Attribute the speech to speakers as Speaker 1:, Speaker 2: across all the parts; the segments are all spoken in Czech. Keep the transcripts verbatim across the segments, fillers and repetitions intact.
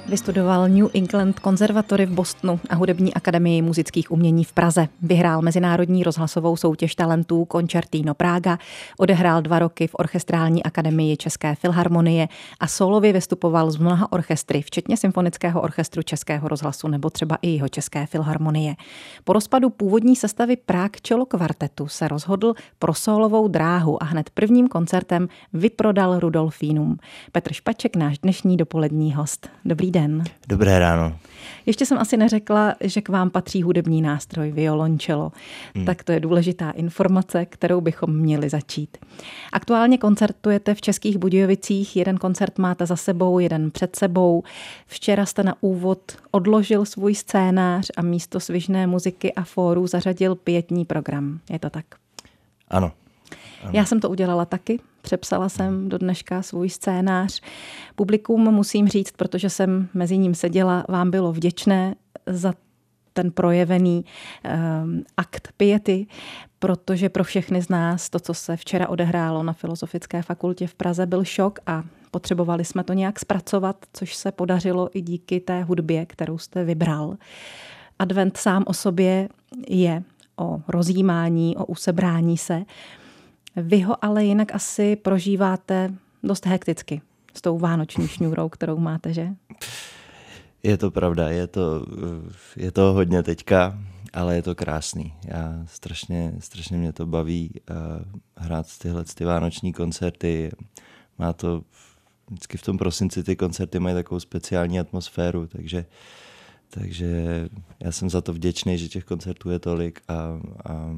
Speaker 1: Vystudoval New England Conservatory v Bostonu a Hudební akademii muzických umění v Praze. Vyhrál mezinárodní rozhlasovou soutěž talentů Concertino Praga, odehrál dva roky v Orchestrální akademii České filharmonie a sólově vystupoval z mnoha orchestry, včetně Symfonického orchestru Českého rozhlasu nebo třeba i jeho České filharmonie. Po rozpadu původní sestavy Prague Cello kvartetu se rozhodl pro sólovou dráhu a hned prvním koncertem vyprodal Rudolfínum. Petr Špaček, náš dnešní dopolední host. Dobrý den.
Speaker 2: Dobré ráno.
Speaker 1: Ještě jsem asi neřekla, že k vám patří hudební nástroj violoncello. Hmm. Tak to je důležitá informace, kterou bychom měli začít. Aktuálně koncertujete v Českých Budějovicích, jeden koncert máte za sebou, jeden před sebou. Včera jste na úvod odložil svůj scénář a místo svižné muziky a fórů zařadil pietní program. Je to tak?
Speaker 2: Ano. Ano.
Speaker 1: Já jsem to udělala taky. Přepsala jsem do dneška svůj scénář. Publikum musím říct, protože jsem mezi ním seděla, vám bylo vděčné za ten projevený um, akt piety, protože pro všechny z nás to, co se včera odehrálo na Filozofické fakultě v Praze, byl šok a potřebovali jsme to nějak zpracovat, což se podařilo i díky té hudbě, kterou jste vybral. Advent sám o sobě je o rozjímání, o usebrání se. Vy ho ale jinak asi prožíváte dost hekticky s tou vánoční šňůrou, kterou máte, že?
Speaker 2: Je to pravda, je to, je to hodně teďka, ale je to krásný. Já strašně, strašně mě to baví uh, hrát tyhle ty vánoční koncerty. Má to vždycky v tom prosinci ty koncerty mají takovou speciální atmosféru, takže, takže já jsem za to vděčný, že těch koncertů je tolik a, a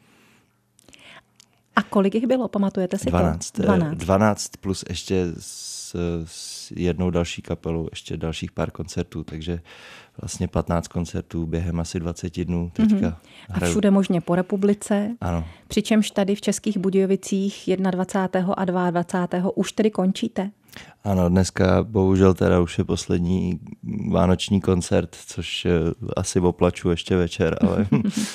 Speaker 1: A kolik jich bylo, pamatujete si
Speaker 2: dvanáct,
Speaker 1: to? dvanáct.
Speaker 2: dvanáct plus ještě s, s jednou další kapelou, ještě dalších pár koncertů, takže vlastně patnáct koncertů během asi dvacet dnů teďka. Mm-hmm.
Speaker 1: A všude možně po republice.
Speaker 2: Ano.
Speaker 1: Přičemž tady v Českých Budějovicích dvacátého prvního a dvacátého druhého už tedy končíte?
Speaker 2: Ano, dneska bohužel teda už je poslední vánoční koncert, což asi oplaču ještě večer, ale...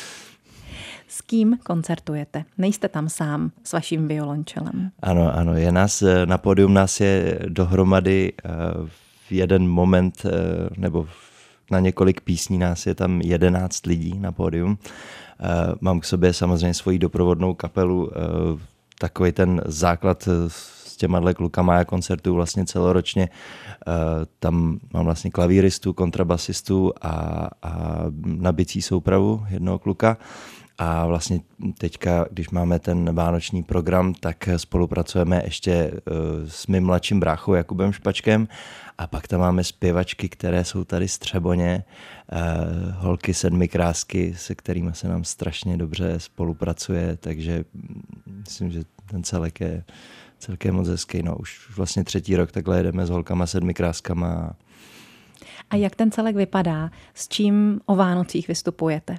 Speaker 1: S kým koncertujete? Nejste tam sám s vaším violončelem?
Speaker 2: Ano, ano, je nás, na pódium nás je dohromady v jeden moment, nebo na několik písní nás je tam jedenáct lidí na pódium. Mám k sobě samozřejmě svoji doprovodnou kapelu, takový ten základ s těma klukama, já koncertuju vlastně celoročně. Tam mám vlastně klavíristu, kontrabasistu a, a na bicí soupravu jednoho kluka. A vlastně teďka, když máme ten vánoční program, tak spolupracujeme ještě s mým mladším bráchou Jakubem Špačkem a pak tam máme zpěvačky, které jsou tady z Třeboně, holky sedmi krásky, se kterými se nám strašně dobře spolupracuje, takže myslím, že ten celek je celkem moc hezký. No, už vlastně třetí rok takhle jedeme s holkama sedmi kráskama.
Speaker 1: A jak ten celek vypadá? S čím o Vánocích vystupujete?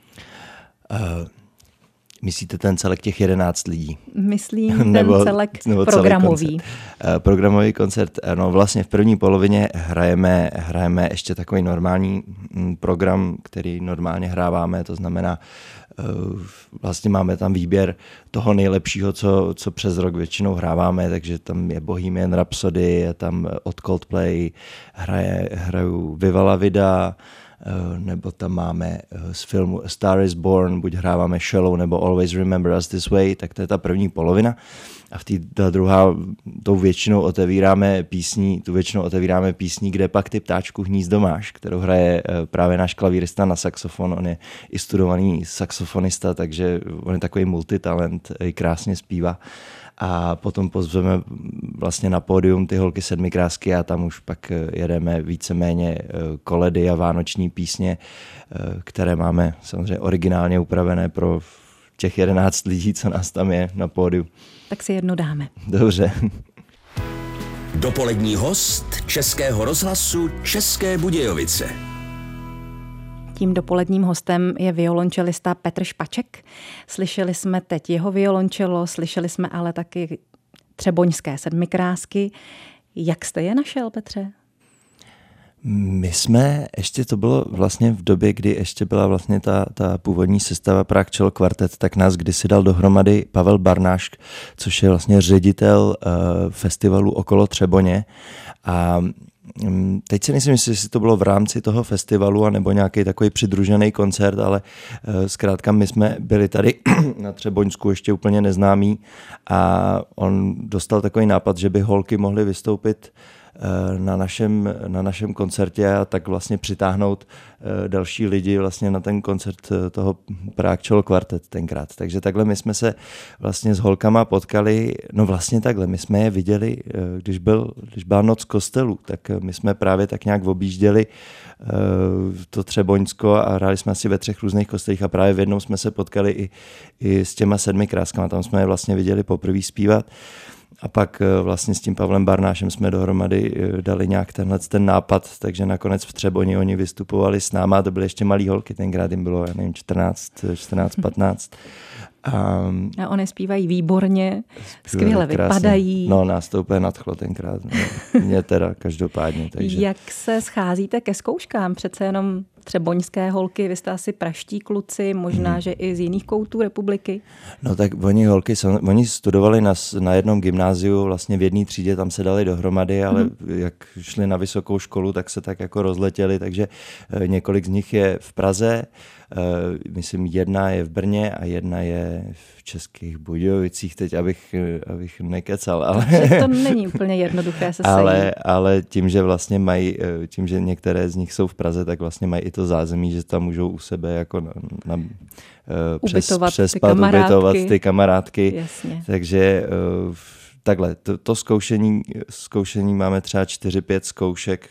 Speaker 2: Uh, myslíte ten celek těch jedenáct lidí?
Speaker 1: Myslím ten
Speaker 2: nebo,
Speaker 1: celek
Speaker 2: nebo
Speaker 1: programový.
Speaker 2: Koncert. Uh, programový koncert, no vlastně v první polovině hrajeme, hrajeme ještě takový normální program, který normálně hráváme, to znamená, uh, vlastně máme tam výběr toho nejlepšího, co, co přes rok většinou hráváme, takže tam je Bohemian Rhapsody, je tam od Coldplay, hraje, hraju Viva la Vida, nebo tam máme z filmu A Star is Born, buď hráváme Shallow nebo Always Remember Us This Way, tak to je ta první polovina. A v té druhá, tou většinou otevíráme písní, tu většinou otevíráme písní, kde pak ty ptáčku hnízdo máš, kterou hraje právě náš klavírista na saxofon. On je i studovaný saxofonista, takže on je takový multitalent, i krásně zpívá. A potom pozveme vlastně na pódium ty holky sedmi krásky a tam už pak jedeme víceméně koledy a vánoční písně, které máme samozřejmě originálně upravené pro těch jedenáct lidí, co nás tam je na pódiu.
Speaker 1: Tak si jedno dáme.
Speaker 2: Dobře.
Speaker 3: Dopolední host Českého rozhlasu České Budějovice.
Speaker 1: Tím dopoledním hostem je violončelista Petr Špaček. Slyšeli jsme teď jeho violončelo, slyšeli jsme ale taky třeboňské sedmikrásky. Jak jste je našel, Petře?
Speaker 2: My jsme, ještě to bylo vlastně v době, kdy ještě byla vlastně ta, ta původní sestava Prague Cello kvartet, tak nás kdysi dal dohromady Pavel Barnáš, což je vlastně ředitel uh, festivalu okolo Třeboně. A teď si myslím, jestli to bylo v rámci toho festivalu a nebo nějaký takový přidružený koncert, ale zkrátka my jsme byli tady na Třeboňsku ještě úplně neznámí a on dostal takový nápad, že by holky mohly vystoupit na našem, na našem koncertě a tak vlastně přitáhnout další lidi vlastně na ten koncert toho Prague Cello Quartet tenkrát. Takže takhle my jsme se vlastně s holkama potkali, no vlastně takhle, my jsme je viděli, když, byl, když byla Noc kostelů, tak my jsme právě tak nějak objížděli to Třeboňsko a hráli jsme asi ve třech různých kostelích a právě v jednou jsme se potkali i, i s těma sedmi kráskama, tam jsme je vlastně viděli poprvé zpívat. A pak vlastně s tím Pavlem Barnášem jsme dohromady dali nějak tenhle ten nápad, takže nakonec v Třeboni oni vystupovali s náma, to byly ještě malý holky, tenkrát jim bylo, já nevím, čtrnáct, patnáct. A,
Speaker 1: a oni zpívají výborně, skvěle vypadají.
Speaker 2: No, nás to úplně nadchlo tenkrát. No, mě teda každopádně. Takže.
Speaker 1: Jak se scházíte ke zkouškám? Přece jenom třeboňské holky, vy jste asi praští kluci, možná, hmm. že i z jiných koutů republiky.
Speaker 2: No tak oni holky, oni studovali na, na jednom gymnáziu, vlastně v jedné třídě, tam se dali dohromady, ale hmm. jak šli na vysokou školu, tak se tak jako rozletěli, takže několik z nich je v Praze, Uh, myslím, jedna je v Brně a jedna je v Českých Budějovicích, teď abych, abych nekecal. Ale
Speaker 1: to není úplně jednoduché se sejít.
Speaker 2: Ale, ale tím, že vlastně mají, tím, že některé z nich jsou v Praze, tak vlastně mají i to zázemí, že tam můžou u sebe jako na, na, uh,
Speaker 1: ubytovat
Speaker 2: přes,
Speaker 1: ty
Speaker 2: přespat,
Speaker 1: kamarádky.
Speaker 2: ubytovat ty kamarádky.
Speaker 1: Jasně.
Speaker 2: Takže uh, takhle, to, to zkoušení, zkoušení máme třeba čtyři, pět zkoušek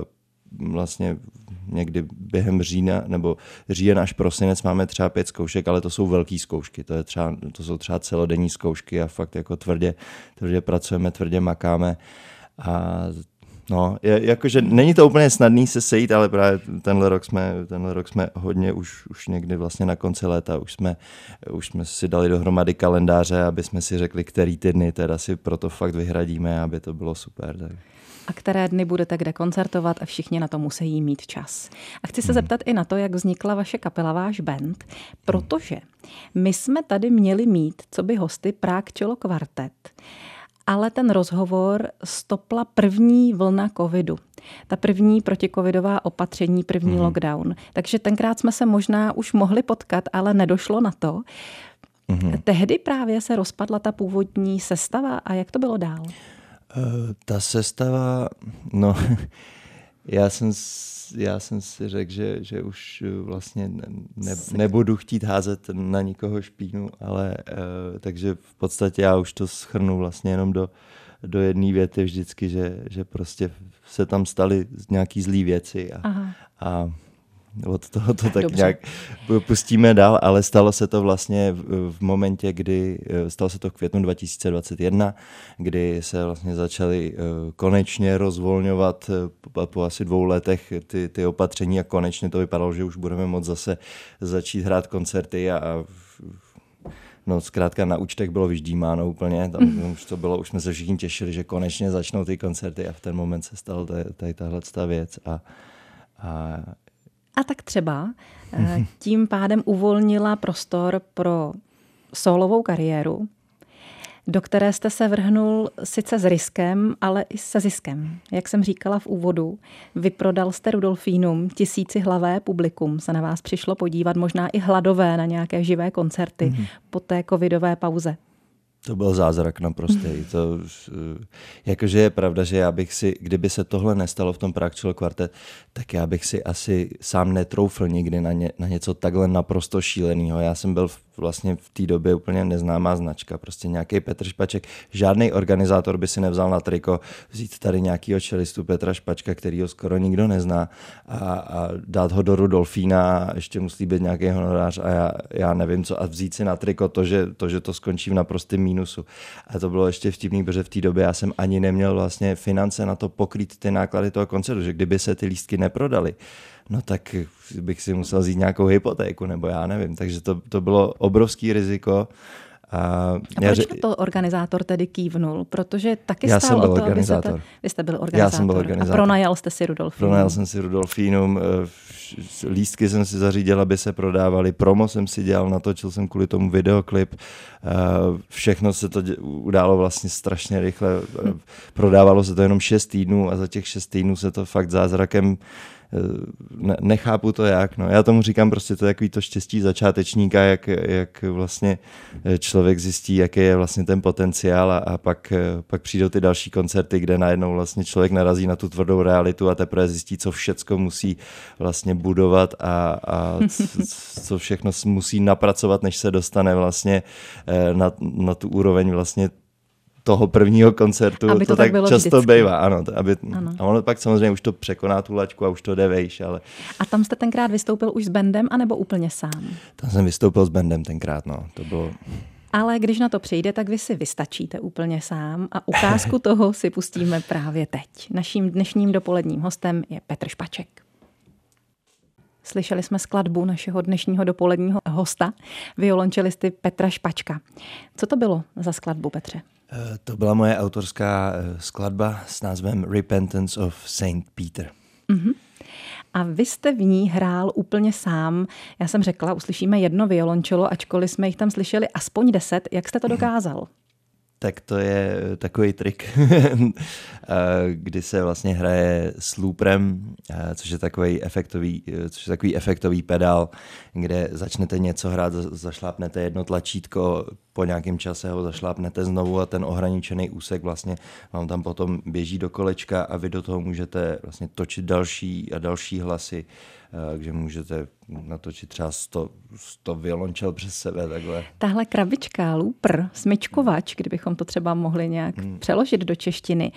Speaker 2: uh, vlastně někdy během října nebo říjen až prosinec máme třeba pět zkoušek, ale to jsou velký zkoušky, to, je třeba, to jsou třeba celodenní zkoušky a fakt jako tvrdě, tvrdě pracujeme, tvrdě makáme a no, je, jakože není to úplně snadný se sejít, ale právě tenhle rok jsme, tenhle rok jsme hodně už, už někdy vlastně na konci léta, už jsme, už jsme si dali dohromady kalendáře, aby jsme si řekli, který ty dny teda si proto fakt vyhradíme, aby to bylo super. Tak.
Speaker 1: A které dny budete kde koncertovat a všichni na to musí mít čas. A chci se zeptat i na to, jak vznikla vaše kapela, váš band, protože my jsme tady měli mít, co by hosty, Prague Cello Quartet, ale ten rozhovor stopla první vlna covidu. Ta první protikovidová opatření, první mm. lockdown. Takže tenkrát jsme se možná už mohli potkat, ale nedošlo na to. Mm. Tehdy právě se rozpadla ta původní sestava a jak to bylo dál?
Speaker 2: Ta sestava, no, já jsem, já jsem si řekl, že, že už vlastně ne, nebudu chtít házet na nikoho špínu, ale uh, takže v podstatě já už to shrnu vlastně jenom do, do jedné věty vždycky, že, že prostě se tam staly nějaký zlý věci a, a od toho to tak Dobře. nějak pustíme dál, ale stalo se to vlastně v, v momentě, kdy, stalo se to v květnu dva tisíce dvacet jedna, kdy se vlastně začaly konečně rozvolňovat po, po asi dvou letech ty, ty opatření a konečně to vypadalo, že už budeme moct zase začít hrát koncerty a, a no zkrátka na účtech bylo vyždímáno úplně, tam mm. už to bylo, už jsme se všichni těšili, že konečně začnou ty koncerty a v ten moment se stala tady, tady tahle věc a, a
Speaker 1: A tak třeba tím pádem uvolnila prostor pro sólovou kariéru, do které jste se vrhnul sice s riskem, ale i se ziskem. Jak jsem říkala v úvodu, vyprodal jste Rudolfínum, tisícihlavé publikum se na vás přišlo podívat, možná i hladové na nějaké živé koncerty mm-hmm. po té covidové pauze.
Speaker 2: To byl zázrak naprostý. To, jakože je pravda, že já bych si, kdyby se tohle nestalo v tom Prague Cello Quartet, tak já bych si asi sám netroufl nikdy na, ně, na něco takhle naprosto šíleného. Já jsem byl v, vlastně v té době úplně neznámá značka, prostě nějaký Petr Špaček. Žádný organizátor by si nevzal na triko vzít tady nějakýho čelistu Petra Špačka, kterýho skoro nikdo nezná a, a dát ho do Rudolfína a ještě musí být nějaký honorář a já, já nevím co a vzít si na triko to, že to, že to skončí v naprostém mínusu. A to bylo ještě vtipný, protože v té době já jsem ani neměl vlastně finance na to pokrýt ty náklady toho koncertu, že kdyby se ty lístky neprodaly, no tak bych si musel vzít nějakou hypotéku, nebo já nevím. Takže to, to bylo obrovský riziko A,
Speaker 1: a proč ři... to organizátor tedy kývnul? Protože taky
Speaker 2: já
Speaker 1: stál
Speaker 2: jsem byl
Speaker 1: o to,
Speaker 2: organizátor.
Speaker 1: Aby se te... Vy jste byl organizátor.
Speaker 2: Já jsem byl organizátor.
Speaker 1: A pronajal jste si Rudolfínum.
Speaker 2: Pronajal jsem si Rudolfínum. Lístky jsem si zařídil, aby se prodávaly. Promo jsem si dělal, natočil jsem kvůli tomu videoklip. Všechno se to událo vlastně strašně rychle. Prodávalo se to jenom šest týdnů a za těch šest týdnů se to fakt zázrakem Ne, nechápu to jak, no. Já tomu říkám prostě to takový to štěstí začátečníka, jak, jak vlastně člověk zjistí, jaký je vlastně ten potenciál a, a pak, pak přijdou ty další koncerty, kde najednou vlastně člověk narazí na tu tvrdou realitu a teprve zjistí, co všecko musí vlastně budovat a, a co všechno musí napracovat, než se dostane vlastně na, na tu úroveň vlastně toho prvního koncertu,
Speaker 1: aby to,
Speaker 2: to tak, tak často
Speaker 1: vždycky.
Speaker 2: bývá, ano, to, aby, ano. A ono pak samozřejmě už to překoná tu laťku a už to jde vejš, ale...
Speaker 1: A tam jste tenkrát vystoupil už s bandem, anebo úplně sám?
Speaker 2: Tam jsem vystoupil s bandem tenkrát, no, to bylo...
Speaker 1: Ale když na to přijde, tak vy si vystačíte úplně sám a ukázku toho si pustíme právě teď. Naším dnešním dopoledním hostem je Petr Špaček. Slyšeli jsme skladbu našeho dnešního dopoledního hosta, violončelisty Petra Špačka. Co to bylo za skladbu, Petře?
Speaker 2: To byla moje autorská skladba s názvem Repentance of Saint Peter.
Speaker 1: Uh-huh. A vy jste v ní hrál úplně sám. Já jsem řekla, uslyšíme jedno violončelo, ačkoliv jsme jich tam slyšeli aspoň deset. Jak jste to dokázal?
Speaker 2: Tak to je takový trik, kdy se vlastně hraje s looprem, což je takový efektový, což je takový efektový pedál, kde začnete něco hrát, zašlápnete jedno tlačítko, po nějakém čase ho zašlápnete znovu a ten ohraničený úsek vlastně vám tam potom běží do kolečka a vy do toho můžete vlastně točit další a další hlasy, takže můžete natočit třeba sto, sto violončel přes sebe. Takhle.
Speaker 1: Tahle krabička, looper, smyčkovač, kdybychom to třeba mohli nějak hmm. přeložit do češtiny,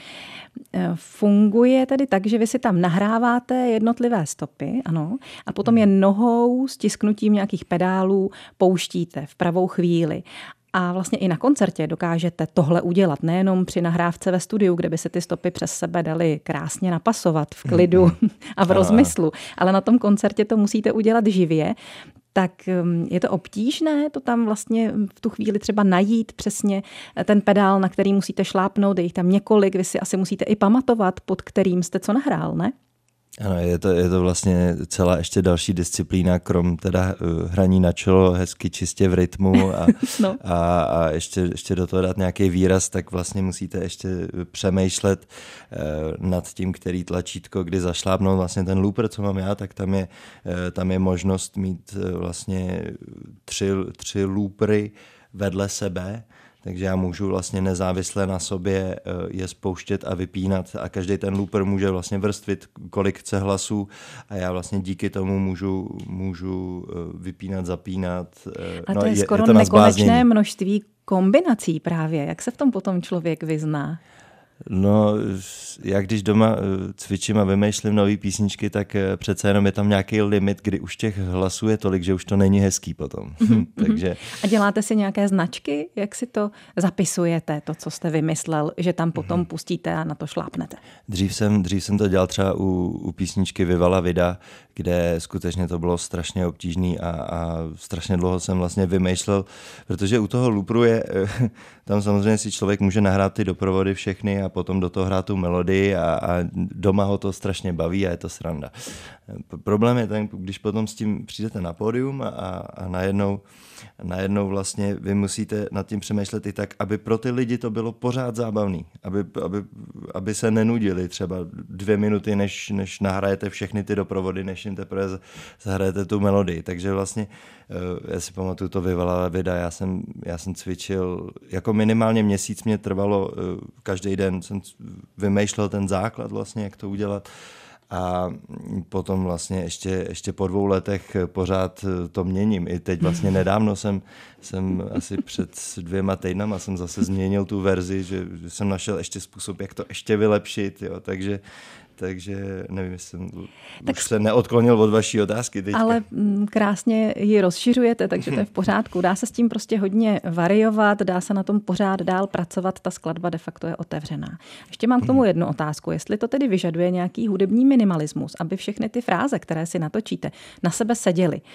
Speaker 1: funguje tedy tak, že vy si tam nahráváte jednotlivé stopy, ano, a potom je nohou s tisknutím nějakých pedálů pouštíte v pravou chvíli. A vlastně i na koncertě dokážete tohle udělat, nejenom při nahrávce ve studiu, kde by se ty stopy přes sebe daly krásně napasovat v klidu a v rozmyslu, ale na tom koncertě to musíte udělat živě. Tak je to obtížné to tam vlastně v tu chvíli třeba najít přesně ten pedál, na který musíte šlápnout, je jich tam několik, vy si asi musíte i pamatovat, pod kterým jste co nahrál, ne?
Speaker 2: Ano, je to, je to vlastně celá ještě další disciplína, krom teda uh, hraní na čelo, hezky čistě v rytmu a, no. a, a ještě, ještě do toho dát nějaký výraz, tak vlastně musíte ještě přemýšlet uh, nad tím, který tlačítko, kdy zašlápnout vlastně ten looper, co mám já, tak tam je, uh, tam je možnost mít uh, vlastně tři, tři loopery vedle sebe. Takže já můžu vlastně nezávisle na sobě je spouštět a vypínat a každý ten looper může vlastně vrstvit, kolik chce hlasů a já vlastně díky tomu můžu, můžu vypínat, zapínat.
Speaker 1: A to no, je skoro je to nekonečné množství kombinací právě. Jak se v tom potom člověk vyzná?
Speaker 2: No, já když doma cvičím a vymýšlím nový písničky, tak přece jenom je tam nějaký limit, kdy už těch hlasů je tolik, že už to není hezký potom. Mm-hmm. Takže... A
Speaker 1: děláte si nějaké značky? Jak si to zapisujete, to, co jste vymyslel, že tam potom mm-hmm. pustíte a na to šlápnete?
Speaker 2: Dřív jsem, dřív jsem to dělal třeba u, u písničky Viva la vida, kde skutečně to bylo strašně obtížné a, a strašně dlouho jsem vlastně vymýšlel, protože u toho looperu je, tam samozřejmě si člověk může nahrát ty doprovody všechny a potom do toho hrát tu melodii a, a doma ho to strašně baví a je to sranda. Problém je ten, když potom s tím přijdete na pódium a, a najednou, najednou vlastně vy musíte nad tím přemýšlet i tak, aby pro ty lidi to bylo pořád zábavný, aby, aby, aby se nenudili třeba dvě minuty, než, než nahrajete všechny ty doprovody, než jim teprve zahrajete tu melodii. Takže vlastně já si pamatuju to Viva la vida, já jsem, já jsem cvičil, jako minimálně měsíc mě trvalo, každý den jsem vymýšlel ten základ vlastně, jak to udělat. A potom vlastně ještě, ještě po dvou letech pořád to měním. I teď vlastně nedávno jsem, jsem asi před dvěma týdnama jsem zase změnil tu verzi, že jsem našel ještě způsob, jak to ještě vylepšit. Jo. Takže, takže nevím, jestli jsem tak už se neodklonil od vaší otázky teďka.
Speaker 1: Ale krásně ji rozšiřujete, takže to je v pořádku. Dá se s tím prostě hodně variovat, dá se na tom pořád dál pracovat, ta skladba de facto je otevřená. Ještě mám k tomu jednu otázku. Jestli to tedy vyžaduje nějaký hudební minimalismus, aby všechny ty fráze, které si natočíte, na sebe seděly.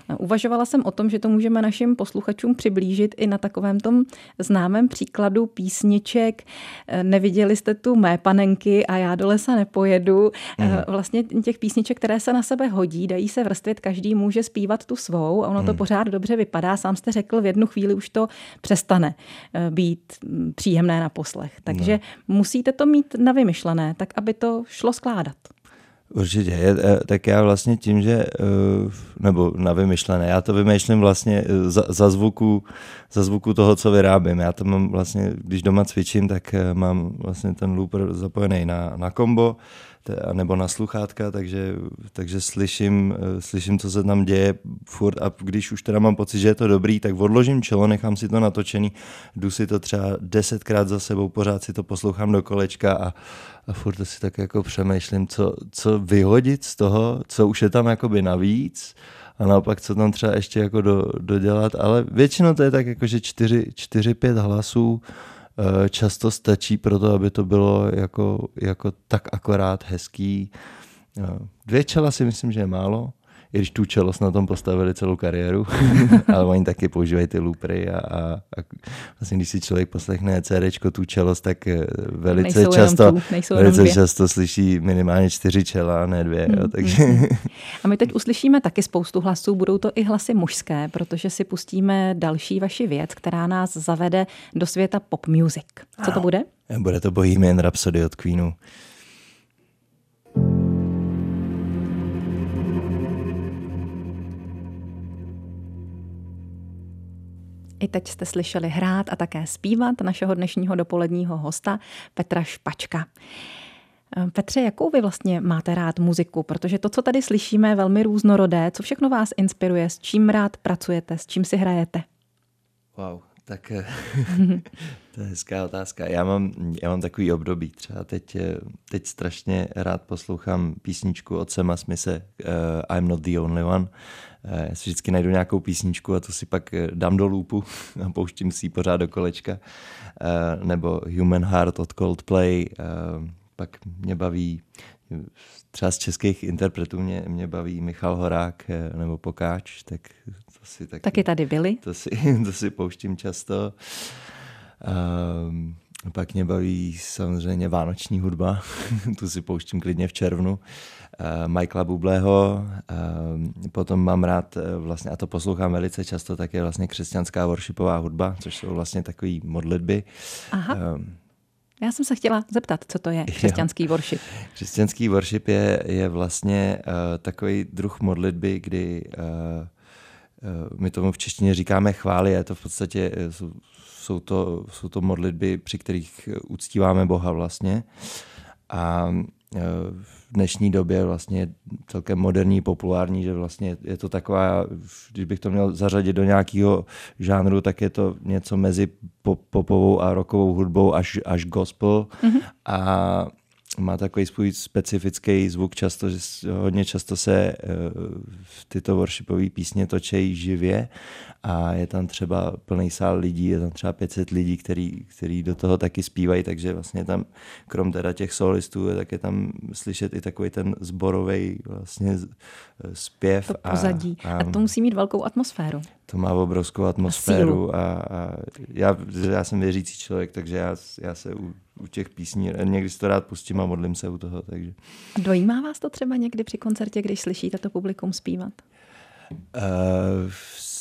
Speaker 1: Uvažovala jsem o tom, že to můžeme našim posluchačům přiblížit i na takovém tom známém příkladu písniček Neviděli jste tu mé panenky a já do lesa nepojedu. Mm. Vlastně těch písniček, které se na sebe hodí, dají se vrstvit, každý může zpívat tu svou a ono to mm. pořád dobře vypadá. Sám jste řekl, v jednu chvíli už to přestane být příjemné na poslech. Takže no. musíte to mít navymyšlené, tak aby to šlo skládat.
Speaker 2: Určitě. Je, tak já vlastně tím, že, nebo navymyšlené, já to vymýšlím vlastně za, za, zvuku, za zvuku toho, co vyrábím. Já to mám vlastně, když doma cvičím, tak mám vlastně ten looper zapojený na, na kombo nebo na sluchátka, takže, takže slyším, slyším, co se tam děje furt a když už teda mám pocit, že je to dobrý, tak odložím čelo, nechám si to natočený, jdu si to třeba desetkrát za sebou, pořád si to poslouchám do kolečka a, a furt si tak jako přemýšlím, co, co vyhodit z toho, co už je tam jakoby navíc a naopak, co tam třeba ještě jako do, dodělat, ale většinou to je tak jako, že čtyři, čtyři, pět hlasů často stačí pro to, aby to bylo jako, jako tak akorát hezký. Dvě čela si myslím, že je málo, i když tu čelost na tom postavili celou kariéru, ale oni taky používají ty loopery a, a, a vlastně když si člověk poslechne CDčko tu čelost, tak velice nejsou často tu, velice často slyší minimálně čtyři čela, ne dvě. Hmm, jo, takže...
Speaker 1: hmm. A my teď uslyšíme taky spoustu hlasů, budou to i hlasy mužské, protože si pustíme další vaši věc, která nás zavede do světa pop music. Co to bude?
Speaker 2: Bude to Bohemian Rhapsody od Queenu.
Speaker 1: I teď jste slyšeli hrát a také zpívat našeho dnešního dopoledního hosta Petra Špačka. Petře, jakou vy vlastně máte rád muziku? Protože to, co tady slyšíme, je velmi různorodé. Co všechno vás inspiruje? S čím rád pracujete? S čím si hrajete?
Speaker 2: Wow, tak to je hezká otázka. Já mám, já mám takový období. Třeba teď, teď strašně rád poslouchám písničku od Sama Smithe uh, I'm Not the Only One. Já si vždycky najdu nějakou písničku a tu si pak dám do loopu a pouštím si ji pořád do kolečka. Nebo Human Heart od Coldplay. Pak mě baví, třeba z českých interpretů mě, mě baví Michal Horák nebo Pokáč. Tak to si taky,
Speaker 1: taky tady byli.
Speaker 2: To si, to si pouštím často. Um, pak mě baví samozřejmě vánoční hudba. Tu si pouštím klidně v červnu. Uh, Michaela Bublého, uh, potom mám rád uh, vlastně, a to poslouchám velice často, tak je vlastně křesťanská worshipová hudba, což jsou vlastně takový modlitby.
Speaker 1: Aha. Uh, Já jsem se chtěla zeptat, co to je křesťanský worship.
Speaker 2: Křesťanský worship je, je vlastně uh, takový druh modlitby, kdy uh, uh, my tomu v češtině říkáme chvály, je to v podstatě jsou, jsou, to, jsou to modlitby, při kterých uctíváme Boha vlastně. A uh, v dnešní době vlastně celkem moderní, populární, že vlastně je to taková, když bych to měl zařadit do nějakého žánru, tak je to něco mezi pop, popovou a rockovou hudbou až, až gospel. Mm-hmm. A má takový svůj specifický zvuk, často, že hodně často se uh, tyto worshipové písně točejí živě a je tam třeba plný sál lidí, je tam třeba pět set lidí, který, který do toho taky zpívají, takže vlastně tam, krom teda těch solistů, tak je tam slyšet i takový ten sborový vlastně zpěv.
Speaker 1: To pozadí. A, a, a to musí mít velkou atmosféru.
Speaker 2: To má obrovskou atmosféru a, a já, já jsem věřící člověk, takže já, já se u, u těch písní někdy si to rád pustím a modlím se u toho. Takže.
Speaker 1: A dojímá vás to třeba někdy při koncertě, když slyšíte to publikum zpívat?
Speaker 2: Uh,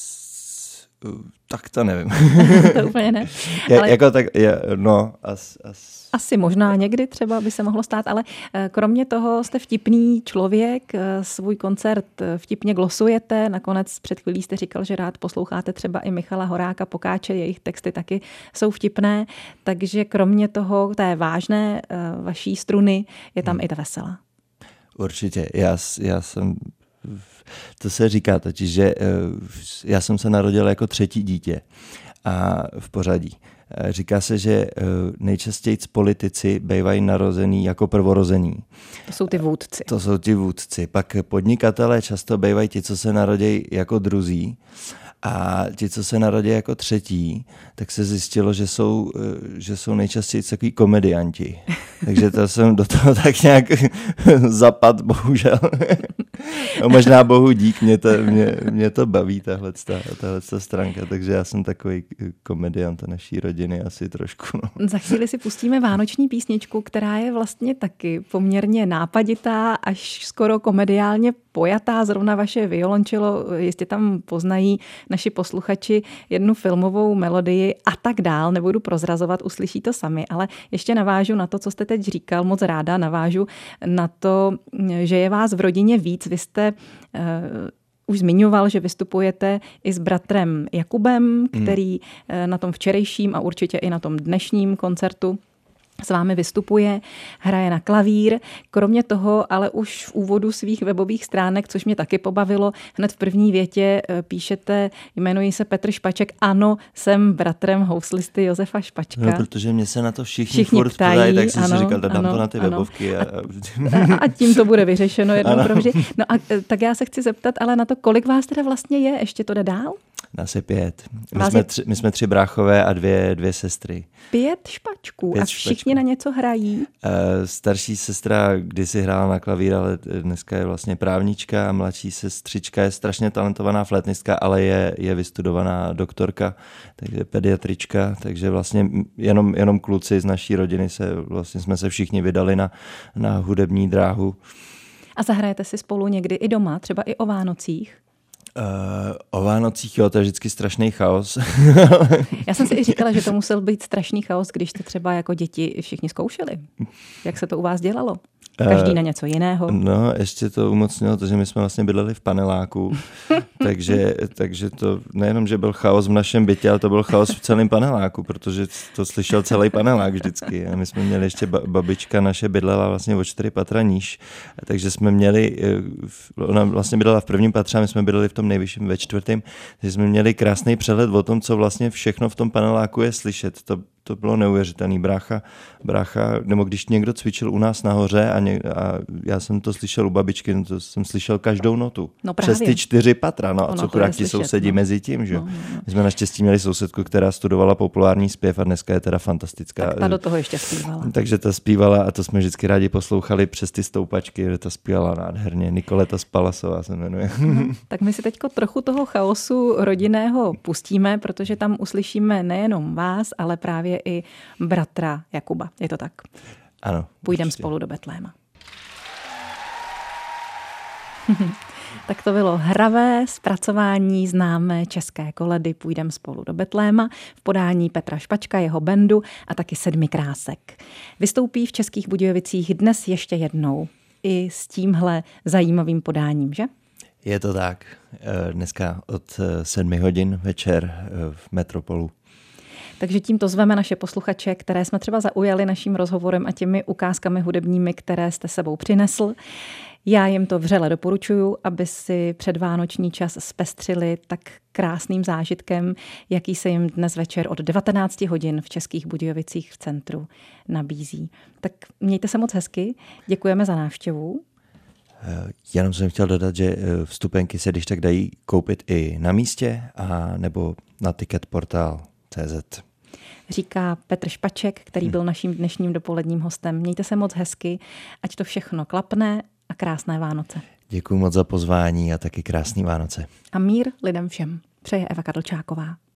Speaker 2: tak to nevím.
Speaker 1: To úplně ne.
Speaker 2: Je, ale... jako tak, je, no, as, as...
Speaker 1: Asi možná někdy třeba by se mohlo stát, ale kromě toho jste vtipný člověk, svůj koncert vtipně glosujete, nakonec před chvílí jste říkal, že rád posloucháte třeba i Michala Horáka, Pokáče, jejich texty taky jsou vtipné, takže kromě toho té vážné vaší struny je tam hmm. i ta veselá.
Speaker 2: Určitě, já, já jsem... To se říká totiž, že já jsem se narodil jako třetí dítě a v pořadí. Říká se, že nejčastěji politici bývají narozený jako prvorozený.
Speaker 1: To jsou ty vůdci.
Speaker 2: To jsou ti vůdci. Pak podnikatelé často bývají ti, co se narodí jako druzí. A ti, co se narodí jako třetí, tak se zjistilo, že jsou, že jsou nejčastěji takový komedianti. Takže to jsem do toho tak nějak zapad, bohužel. No, možná bohu dík, mě to, mě, mě to baví, tahle, tahle stránka, takže já jsem takový komediant naší rodiny asi trošku. No.
Speaker 1: Za chvíli si pustíme vánoční písničku, která je vlastně taky poměrně nápaditá, až skoro komediálně pojatá. Zrovna vaše violončelo, jistě tam poznají naši posluchači jednu filmovou melodii a tak dál. Nebudu prozrazovat, uslyší to sami, ale ještě navážu na to, co jste teď říkal, moc ráda navážu na to, že je vás v rodině víc. Vy jste uh, už zmiňoval, že vystupujete i s bratrem Jakubem, který hmm. na tom včerejším a určitě i na tom dnešním koncertu s vámi vystupuje, hraje na klavír. Kromě toho, ale už v úvodu svých webových stránek, což mě taky pobavilo, hned v první větě píšete, jmenuji se Petr Špaček, ano, jsem bratrem houslisty Josefa Špačka.
Speaker 2: No, protože mě se na to všichni,
Speaker 1: všichni
Speaker 2: furt
Speaker 1: ptají,
Speaker 2: ptají, tak jsem
Speaker 1: ano,
Speaker 2: si říkal, dám
Speaker 1: ano,
Speaker 2: to na ty
Speaker 1: ano.
Speaker 2: webovky. A,
Speaker 1: a, a tím to bude vyřešeno jednou provždy. No a tak já se chci zeptat, ale na to, kolik vás teda vlastně je, ještě to jde dál?
Speaker 2: Nás je pět. My jsme, tři, my jsme tři bráchové a dvě, dvě sestry.
Speaker 1: Pět špačků
Speaker 2: Pět
Speaker 1: a všichni
Speaker 2: špačků.
Speaker 1: Na něco hrají?
Speaker 2: Uh, starší sestra kdysi hrála na klavír, ale dneska je vlastně právnička a mladší sestřička je strašně talentovaná flétnistka, ale je, je vystudovaná doktorka, takže pediatrička, takže vlastně jenom, jenom kluci z naší rodiny se, vlastně jsme se všichni vydali na, na hudební dráhu.
Speaker 1: A zahrajete si spolu někdy i doma, třeba i o Vánocích?
Speaker 2: Uh, o Vánocích, jo, to je vždycky strašný chaos.
Speaker 1: Já jsem si i říkala, že to musel být strašný chaos, když jste třeba jako děti všichni zkoušeli. Jak se to u vás dělalo? Každý na něco jiného.
Speaker 2: No, ještě to umocnilo to, že my jsme vlastně bydleli v paneláku, takže, takže to nejenom, že byl chaos v našem bytě, ale to byl chaos v celém paneláku, protože to slyšel celý panelák vždycky. A my jsme měli ještě, babička naše bydlela vlastně o čtyři patra níž, takže jsme měli, ona vlastně bydlela v prvním patře a my jsme bydleli v tom nejvyšším ve čtvrtém, takže jsme měli krásný přehled o tom, co vlastně všechno v tom paneláku je slyšet. To To bylo neuvěřitelný. Brácha, brácha, nebo když někdo cvičil u nás nahoře a, ně, a já jsem to slyšel u babičky, no to jsem slyšel každou notu.
Speaker 1: No právě.
Speaker 2: Přes ty čtyři patra, no a
Speaker 1: ono
Speaker 2: co chudák ti sousedí
Speaker 1: no.
Speaker 2: mezi tím, že jo.
Speaker 1: No, no, no.
Speaker 2: My jsme naštěstí měli sousedku, která studovala populární zpěv a dneska je teda fantastická.
Speaker 1: Tak ta do toho ještě zpívala.
Speaker 2: Takže ta zpívala a to jsme vždycky rádi poslouchali přes ty stoupačky, že ta zpívala nádherně. Nikoleta Spalasová se jmenuje.
Speaker 1: No, tak my si teďko trochu toho chaosu rodinného pustíme, protože tam uslyšíme nejenom vás, ale právě i bratra Jakuba. Je to tak?
Speaker 2: Ano.
Speaker 1: Půjdeme spolu do Betléma. Tak to bylo hravé zpracování známé české koledy Půjdem spolu do Betléma v podání Petra Špačka, jeho bandu a taky Sedmi krásek. Vystoupí v Českých Budějovicích dnes ještě jednou i s tímhle zajímavým podáním, že?
Speaker 2: Je to tak. Dneska od sedmi hodin večer v Metropolu.
Speaker 1: Takže tímto zveme naše posluchače, které jsme třeba zaujali naším rozhovorem a těmi ukázkami hudebními, které jste sebou přinesl. Já jim to vřele doporučuju, aby si předvánoční čas zpestřili tak krásným zážitkem, jaký se jim dnes večer od devatenáct hodin v Českých Budějovicích v centru nabízí. Tak mějte se moc hezky, děkujeme za návštěvu.
Speaker 2: Jenom jsem chtěl dodat, že vstupenky se když tak dají koupit i na místě a nebo na ticketportal tečka cé zet.
Speaker 1: Říká Petr Špaček, který byl naším dnešním dopoledním hostem. Mějte se moc hezky, ať to všechno klapne a krásné Vánoce.
Speaker 2: Děkuji moc za pozvání a taky krásný Vánoce.
Speaker 1: A mír lidem všem. Přeje Eva Kadlčáková.